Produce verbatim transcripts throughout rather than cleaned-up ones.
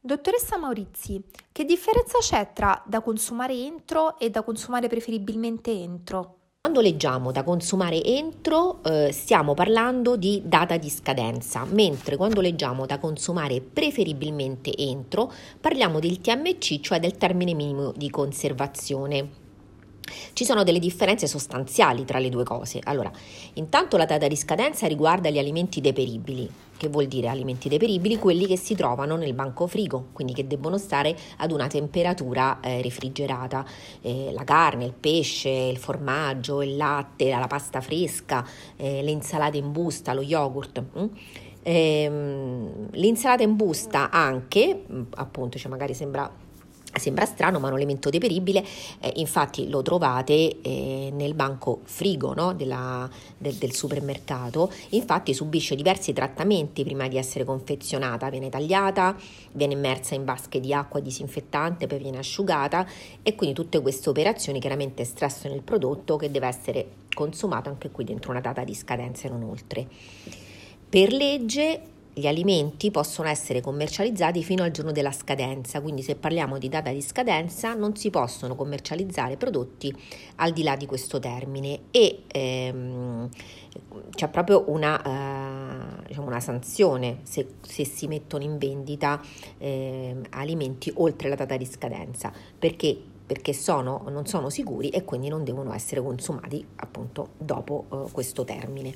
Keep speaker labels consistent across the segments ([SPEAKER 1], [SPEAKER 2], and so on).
[SPEAKER 1] Dottoressa Maurizi, che differenza c'è tra da consumare entro e da consumare preferibilmente entro?
[SPEAKER 2] Quando leggiamo da consumare entro eh, stiamo parlando di data di scadenza, mentre quando leggiamo da consumare preferibilmente entro parliamo del T M C, cioè del termine minimo di conservazione. Ci sono delle differenze sostanziali tra le due cose. Allora, intanto la data di scadenza riguarda gli alimenti deperibili. Che vuol dire alimenti deperibili? Quelli che si trovano nel banco frigo, quindi che debbono stare ad una temperatura eh, refrigerata. Eh, la carne, il pesce, il formaggio, il latte, la pasta fresca, eh, le insalate in busta, lo yogurt. Mm? Ehm, l'insalata in busta anche, appunto, cioè magari sembra... Sembra strano, ma è un elemento deperibile, eh, infatti lo trovate eh, nel banco frigo, no? Della, del, del supermercato. Infatti subisce diversi trattamenti prima di essere confezionata, viene tagliata, viene immersa in vasche di acqua disinfettante, poi viene asciugata e quindi tutte queste operazioni chiaramente stressano il prodotto che deve essere consumato anche qui dentro una data di scadenza e non oltre. Per legge gli alimenti possono essere commercializzati fino al giorno della scadenza, quindi se parliamo di data di scadenza non si possono commercializzare prodotti al di là di questo termine e ehm, c'è proprio una, eh, diciamo una sanzione se, se si mettono in vendita eh, alimenti oltre la data di scadenza, perché perché sono, non sono sicuri e quindi non devono essere consumati appunto dopo eh, questo termine.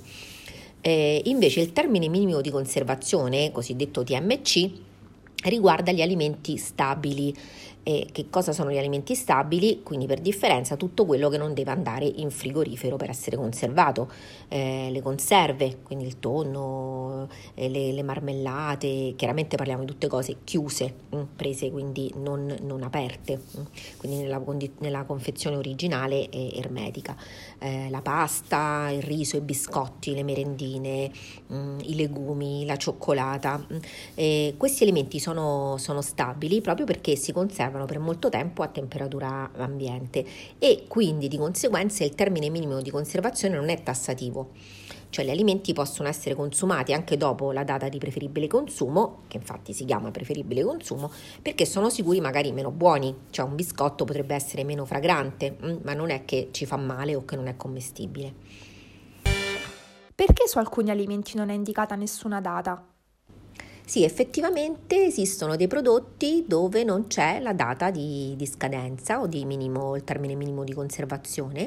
[SPEAKER 2] Eh, invece il termine minimo di conservazione, cosiddetto T M C, riguarda gli alimenti stabili. E che cosa sono gli alimenti stabili? Quindi per differenza tutto quello che non deve andare in frigorifero per essere conservato, eh, le conserve, quindi il tonno, eh, le, le marmellate, chiaramente parliamo di tutte cose chiuse, mh, prese quindi non, non aperte, mh, quindi nella, nella confezione originale e ermetica. Eh, la pasta, il riso, i biscotti, le merendine, mh, i legumi, la cioccolata, mh, eh, questi alimenti sono, sono stabili proprio perché si conservano per molto tempo a temperatura ambiente e quindi di conseguenza il termine minimo di conservazione non è tassativo, cioè gli alimenti possono essere consumati anche dopo la data di preferibile consumo, che infatti si chiama preferibile consumo, perché sono sicuri magari meno buoni, cioè un biscotto potrebbe essere meno fragrante, ma non è che ci fa male o che non è commestibile.
[SPEAKER 1] Perché su alcuni alimenti non è indicata nessuna data?
[SPEAKER 2] Sì, effettivamente esistono dei prodotti dove non c'è la data di, di scadenza o di minimo, il termine minimo di conservazione.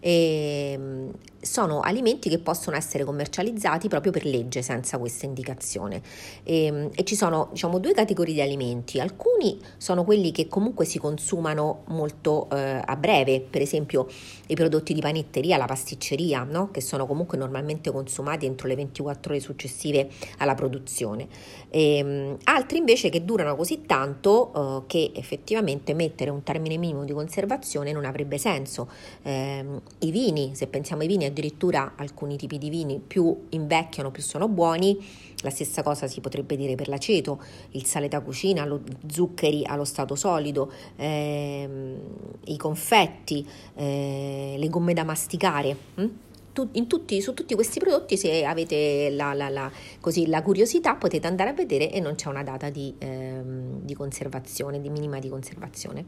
[SPEAKER 2] E, sono alimenti che possono essere commercializzati proprio per legge senza questa indicazione. E, e ci sono, diciamo, due categorie di alimenti. Alcuni sono quelli che comunque si consumano molto eh, a breve, per esempio i prodotti di panetteria, la pasticceria, no? Che sono comunque normalmente consumati entro le ventiquattro ore successive alla produzione. E, altri invece che durano così tanto eh, che effettivamente mettere un termine minimo di conservazione non avrebbe senso. Eh, I vini, se pensiamo ai vini, addirittura alcuni tipi di vini più invecchiano più sono buoni, la stessa cosa si potrebbe dire per l'aceto, il sale da cucina, lo zuccheri allo stato solido, ehm, i confetti, eh, le gomme da masticare. Hm? In tutti, su tutti questi prodotti, se avete la, la, la, così, la curiosità, potete andare a vedere e non c'è una data di, ehm, di conservazione, di minima di conservazione.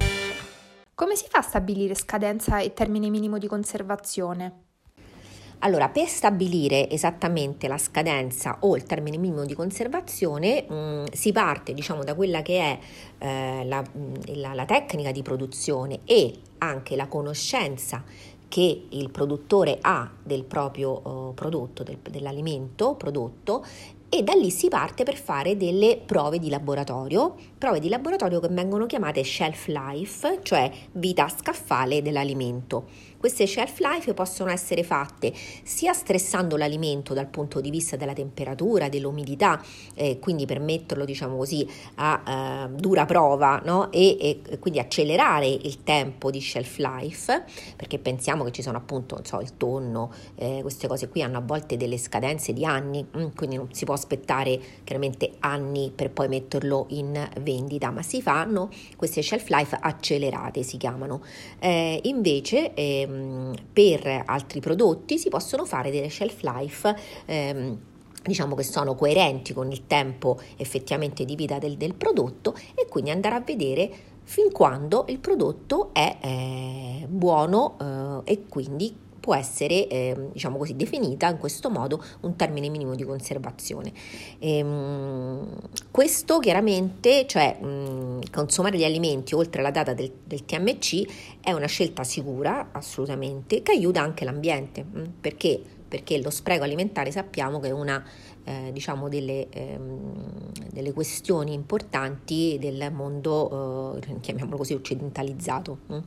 [SPEAKER 1] Come si fa a stabilire scadenza e termine minimo di conservazione?
[SPEAKER 2] Allora, per stabilire esattamente la scadenza o il termine minimo di conservazione mh, si parte, diciamo, da quella che è eh, la, la, la tecnica di produzione e anche la conoscenza che il produttore ha del proprio uh, prodotto, del, dell'alimento prodotto, e da lì si parte per fare delle prove di laboratorio, prove di laboratorio che vengono chiamate shelf life, cioè vita scaffale dell'alimento. Queste shelf life possono essere fatte sia stressando l'alimento dal punto di vista della temperatura, dell'umidità, eh, quindi per metterlo, diciamo così, a eh, dura prova, no? e, e quindi accelerare il tempo di shelf life, perché pensiamo che ci sono appunto, non so, il tonno, eh, queste cose qui hanno a volte delle scadenze di anni, quindi non si può aspettare chiaramente anni per poi metterlo in vendita, ma si fanno queste shelf life accelerate, si chiamano. Eh, invece ehm, per altri prodotti si possono fare delle shelf life ehm, diciamo che sono coerenti con il tempo effettivamente di vita del, del prodotto, e quindi andare a vedere fin quando il prodotto è eh, buono eh, e quindi può essere eh, diciamo così definita in questo modo un termine minimo di conservazione. Ehm, questo chiaramente, cioè mh, consumare gli alimenti oltre la data del, del T M C è una scelta sicura assolutamente, che aiuta anche l'ambiente, mh, perché perché lo spreco alimentare sappiamo che è una eh, diciamo delle, ehm, delle questioni importanti del mondo, eh, chiamiamolo così, occidentalizzato. Hm?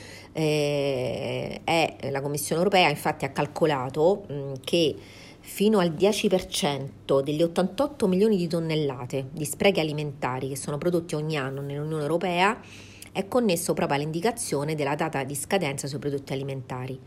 [SPEAKER 2] Eh, è, la Commissione europea infatti ha calcolato mh, che fino al dieci per cento degli ottantotto milioni di tonnellate di sprechi alimentari che sono prodotti ogni anno nell'Unione Europea è connesso proprio all'indicazione della data di scadenza sui prodotti alimentari.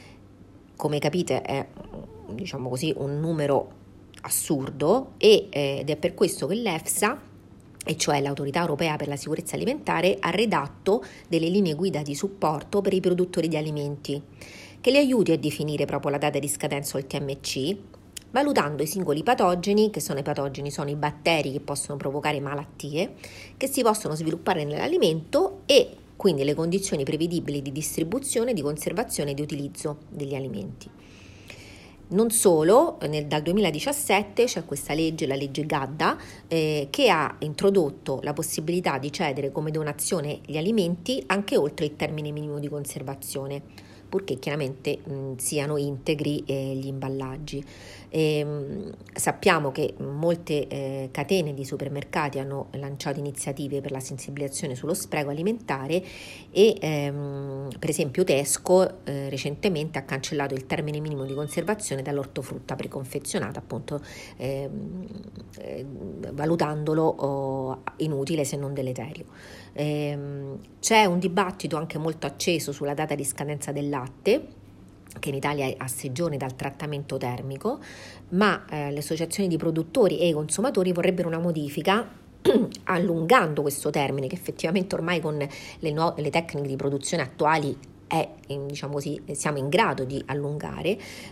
[SPEAKER 2] Come capite è, diciamo così, un numero assurdo e, eh, ed è per questo che l'EFSA, e cioè l'Autorità Europea per la Sicurezza Alimentare, ha redatto delle linee guida di supporto per i produttori di alimenti che li aiuti a definire proprio la data di scadenza o il T M C, valutando i singoli patogeni, che sono i patogeni, sono i batteri che possono provocare malattie, che si possono sviluppare nell'alimento, e quindi le condizioni prevedibili di distribuzione, di conservazione e di utilizzo degli alimenti. Non solo, nel, dal duemiladiciassette c'è questa legge, la legge Gadda, eh, che ha introdotto la possibilità di cedere come donazione gli alimenti anche oltre il termine minimo di conservazione, purché chiaramente mh, siano integri eh, gli imballaggi. E, mh, sappiamo che molte eh, catene di supermercati hanno lanciato iniziative per la sensibilizzazione sullo spreco alimentare e ehm, per esempio Tesco eh, recentemente ha cancellato il termine minimo di conservazione dall'ortofrutta preconfezionata, appunto ehm, eh, valutandolo oh, inutile se non deleterio. Ehm, c'è un dibattito anche molto acceso sulla data di scadenza del latte, che in Italia è a sei giorni dal trattamento termico, ma eh, le associazioni di produttori e i consumatori vorrebbero una modifica allungando questo termine, che effettivamente ormai con le, nu- le tecniche di produzione attuali è, diciamo così, siamo in grado di allungare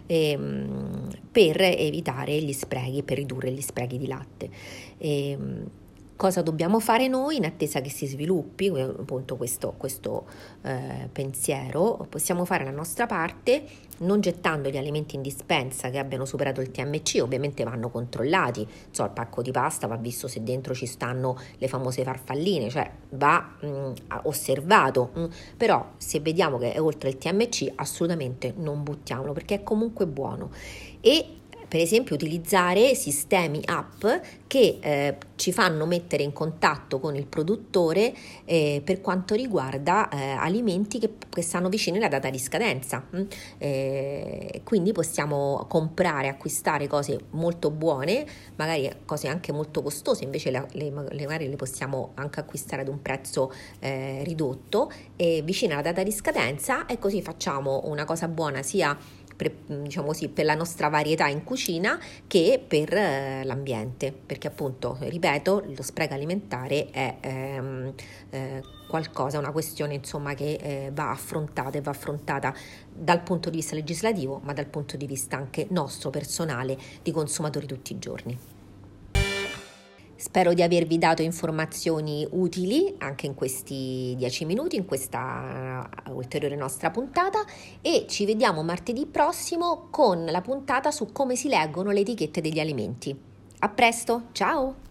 [SPEAKER 2] ehm, per evitare gli sprechi, per ridurre gli sprechi di latte. Ehm, Cosa dobbiamo fare noi in attesa che si sviluppi appunto questo, questo eh, pensiero? Possiamo fare la nostra parte non gettando gli alimenti in dispensa che abbiano superato il T M C, ovviamente vanno controllati, insomma, il pacco di pasta va visto se dentro ci stanno le famose farfalline, cioè va mh, osservato, mh, però se vediamo che è oltre il T M C assolutamente non buttiamolo, perché è comunque buono. E per esempio utilizzare sistemi app che eh, ci fanno mettere in contatto con il produttore eh, per quanto riguarda eh, alimenti che, che stanno vicini alla data di scadenza. Eh, quindi possiamo comprare, acquistare cose molto buone, magari cose anche molto costose, invece le, le, le, magari le possiamo anche acquistare ad un prezzo eh, ridotto e vicino alla data di scadenza, e così facciamo una cosa buona sia per, diciamo così, per la nostra varietà in cucina che per eh, l'ambiente, perché appunto, ripeto, lo spreco alimentare è ehm, eh, qualcosa, una questione insomma che eh, va affrontata e va affrontata dal punto di vista legislativo, ma dal punto di vista anche nostro, personale, di consumatori tutti i giorni. Spero di avervi dato informazioni utili anche in questi dieci minuti, in questa ulteriore nostra puntata, e ci vediamo martedì prossimo con la puntata su come si leggono le etichette degli alimenti. A presto, ciao!